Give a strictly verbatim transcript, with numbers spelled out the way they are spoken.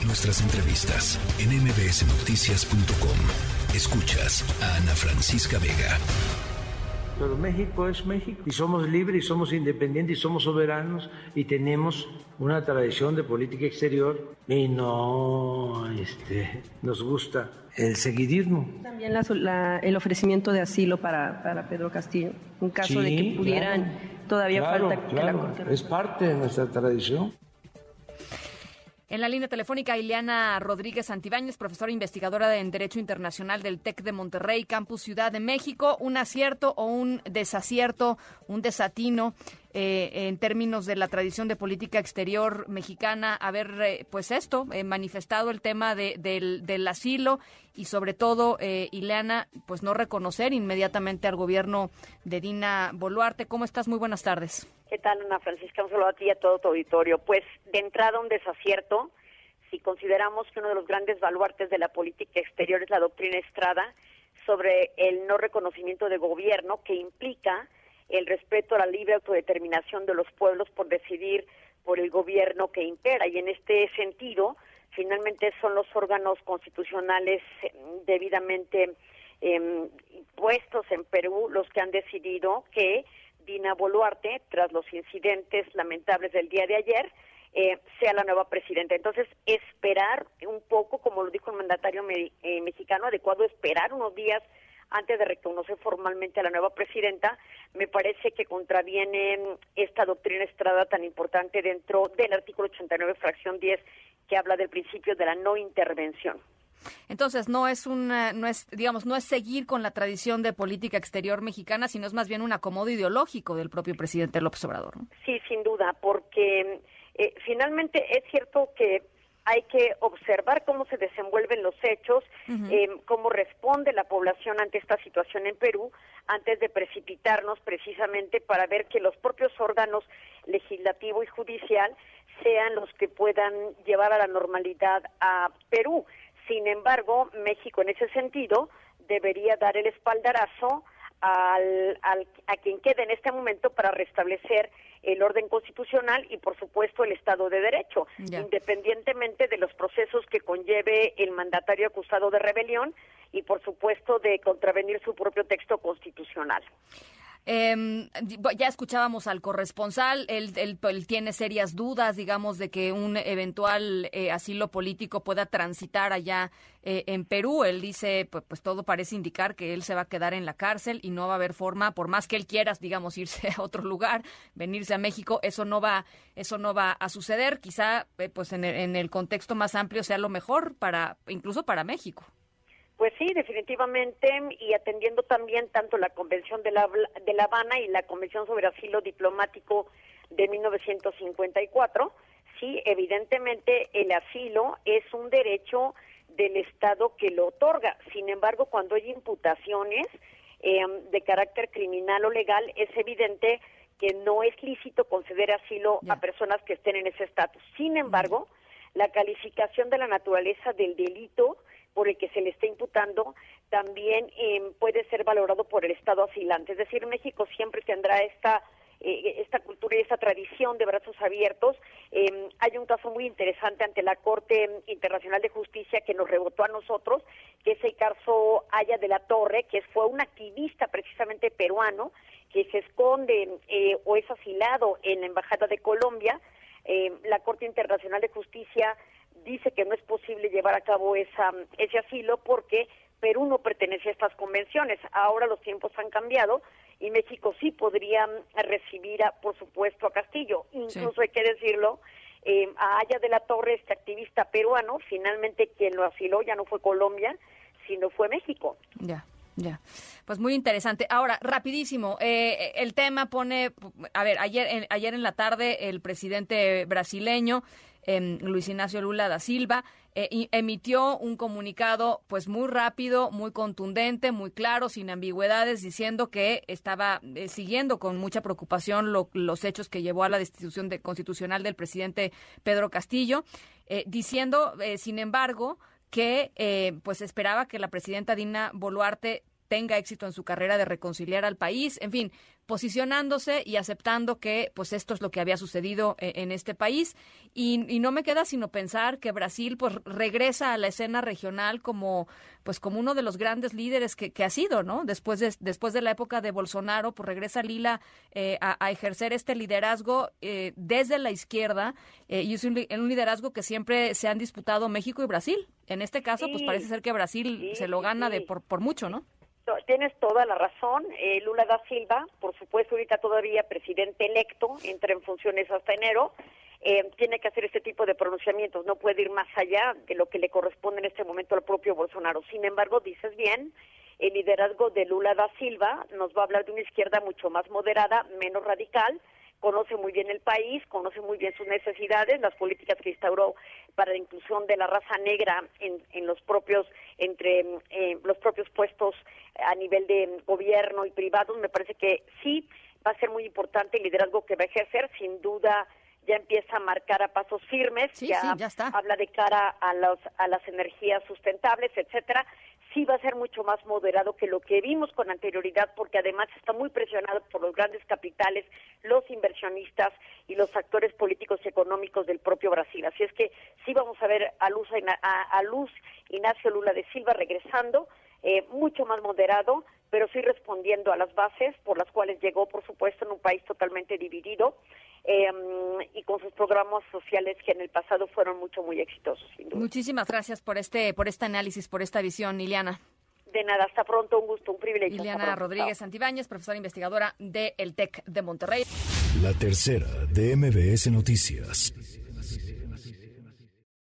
Nuestras entrevistas en eme be ese noticias punto com. Escuchas a Ana Francisca Vega. Pero México es México y somos libres y somos independientes y somos soberanos y tenemos una tradición de política exterior y no este, nos gusta el seguidismo. También la, la, el ofrecimiento de asilo para, para Pedro Castillo, en caso sí, de que pudieran, claro, todavía claro, falta que claro, la Corte... Es parte de nuestra tradición. En la línea telefónica, Ileana Rodríguez Santibáñez, profesora investigadora en Derecho Internacional del TEC de Monterrey, Campus Ciudad de México. ¿Un acierto o un desacierto, un desatino eh, en términos de la tradición de política exterior mexicana haber, eh, pues esto, eh, manifestado el tema de, del, del asilo y sobre todo, eh, Ileana, pues no reconocer inmediatamente al gobierno de Dina Boluarte? ¿Cómo estás? Muy buenas tardes. ¿Qué tal, Ana Francisca? Un saludo a ti y a todo tu auditorio. Pues, de entrada, un desacierto, si consideramos que uno de los grandes baluartes de la política exterior es la doctrina Estrada sobre el no reconocimiento de gobierno, que implica el respeto a la libre autodeterminación de los pueblos por decidir por el gobierno que impera. Y en este sentido, finalmente son los órganos constitucionales debidamente eh, puestos en Perú los que han decidido que Dina Boluarte, tras los incidentes lamentables del día de ayer, eh, sea la nueva presidenta. Entonces, esperar un poco, como lo dijo el mandatario me, eh, mexicano, adecuado esperar unos días antes de reconocer formalmente a la nueva presidenta, me parece que contraviene esta doctrina Estrada tan importante dentro del artículo ochenta y nueve, fracción diez, que habla del principio de la no intervención. Entonces, no es una, no es, digamos, no es seguir con la tradición de política exterior mexicana, sino es más bien un acomodo ideológico del propio presidente López Obrador, ¿no? Sí, sin duda, porque eh, finalmente es cierto que hay que observar cómo se desenvuelven los hechos, uh-huh. eh, cómo responde la población ante esta situación en Perú, antes de precipitarnos precisamente para ver que los propios órganos legislativo y judicial sean los que puedan llevar a la normalidad a Perú. Sin embargo, México en ese sentido debería dar el espaldarazo al, al, a quien quede en este momento para restablecer el orden constitucional y, por supuesto, el Estado de Derecho, yeah. independientemente de los procesos que conlleve el mandatario acusado de rebelión y, por supuesto, de contravenir su propio texto constitucional. Eh, ya escuchábamos al corresponsal, él, él, él tiene serias dudas, digamos, de que un eventual eh, asilo político pueda transitar allá eh, en Perú. Él dice, pues, pues todo parece indicar que él se va a quedar en la cárcel y no va a haber forma, por más que él quiera, digamos, irse a otro lugar, venirse a México, eso no va, eso no va a suceder. Quizá, eh, pues en el, en el contexto más amplio sea lo mejor para, incluso para México. Pues sí, definitivamente, y atendiendo también tanto la Convención de la, de La Habana y la Convención sobre Asilo Diplomático de mil novecientos cincuenta y cuatro, sí, evidentemente el asilo es un derecho del Estado que lo otorga. Sin embargo, cuando hay imputaciones eh, de carácter criminal o legal, es evidente que no es lícito conceder asilo yeah. a personas que estén en ese estatus. Sin embargo, la calificación de la naturaleza del delito por el que se le está imputando también eh, puede ser valorado por el Estado asilante. Es decir, México siempre tendrá esta eh, esta cultura y esta tradición de brazos abiertos. Eh, hay un caso muy interesante ante la Corte Internacional de Justicia que nos rebotó a nosotros, que es el caso Aya de la Torre, que fue un activista precisamente peruano que se esconde eh, o es asilado en la Embajada de Colombia. Eh, la Corte Internacional de Justicia dice que no es posible llevar a cabo esa, ese asilo porque Perú no pertenece a estas convenciones. Ahora los tiempos han cambiado y México sí podría recibir, a, por supuesto, a Castillo. Incluso sí. hay que decirlo, eh, a Aya de la Torre, este activista peruano, finalmente quien lo asiló ya no fue Colombia, sino fue México. Ya. Ya, pues muy interesante. Ahora, rapidísimo, eh, el tema pone, a ver, ayer en, ayer en la tarde el presidente brasileño, eh, Luis Ignacio Lula da Silva, eh, emitió un comunicado pues muy rápido, muy contundente, muy claro, sin ambigüedades, diciendo que estaba eh, siguiendo con mucha preocupación lo, los hechos que llevó a la destitución de, constitucional del presidente Pedro Castillo, eh, diciendo, eh, sin embargo, que eh, pues esperaba que la presidenta Dina Boluarte tenga éxito en su carrera de reconciliar al país, en fin, posicionándose y aceptando que pues esto es lo que había sucedido en, en este país. Y, y no me queda sino pensar que Brasil pues regresa a la escena regional como pues como uno de los grandes líderes que, que ha sido, ¿no? Después de, después de la época de Bolsonaro, pues regresa Lula eh, a, a ejercer este liderazgo eh, desde la izquierda, eh, y es un, un liderazgo que siempre se han disputado México y Brasil. En este caso, sí, pues parece ser que Brasil sí, se lo gana sí. de por, por mucho, ¿no? Tienes toda la razón. Eh, Lula da Silva, por supuesto, ahorita todavía presidente electo, entra en funciones hasta enero, eh, tiene que hacer este tipo de pronunciamientos, no puede ir más allá de lo que le corresponde en este momento al propio Bolsonaro. Sin embargo, dices bien, el liderazgo de Lula da Silva nos va a hablar de una izquierda mucho más moderada, menos radical, conoce muy bien el país, conoce muy bien sus necesidades, las políticas que instauró para la inclusión de la raza negra en, en los propios entre eh, los propios puestos a nivel de gobierno y privados. Me parece que sí va a ser muy importante el liderazgo que va a ejercer, sin duda. Ya empieza a marcar a pasos firmes, sí, ya, sí, ya está. habla de cara a los a las energías sustentables, etcétera. Sí va a ser mucho más moderado que lo que vimos con anterioridad, porque además está muy presionado por los grandes capitales, los inversionistas y los actores políticos y económicos del propio Brasil. Así es que sí vamos a ver a Luz, a, a Luz Ignacio Lula de Silva regresando, eh, mucho más moderado, pero sí respondiendo a las bases por las cuales llegó, por supuesto, en un país totalmente dividido, eh, y con sus programas sociales que en el pasado fueron mucho, muy exitosos, sin duda. Muchísimas gracias por este, por este análisis, por esta visión, Ileana. De nada, hasta pronto, un gusto, un privilegio. Ileana Rodríguez Santibáñez, profesora investigadora del TEC de Monterrey. La tercera de M B S Noticias.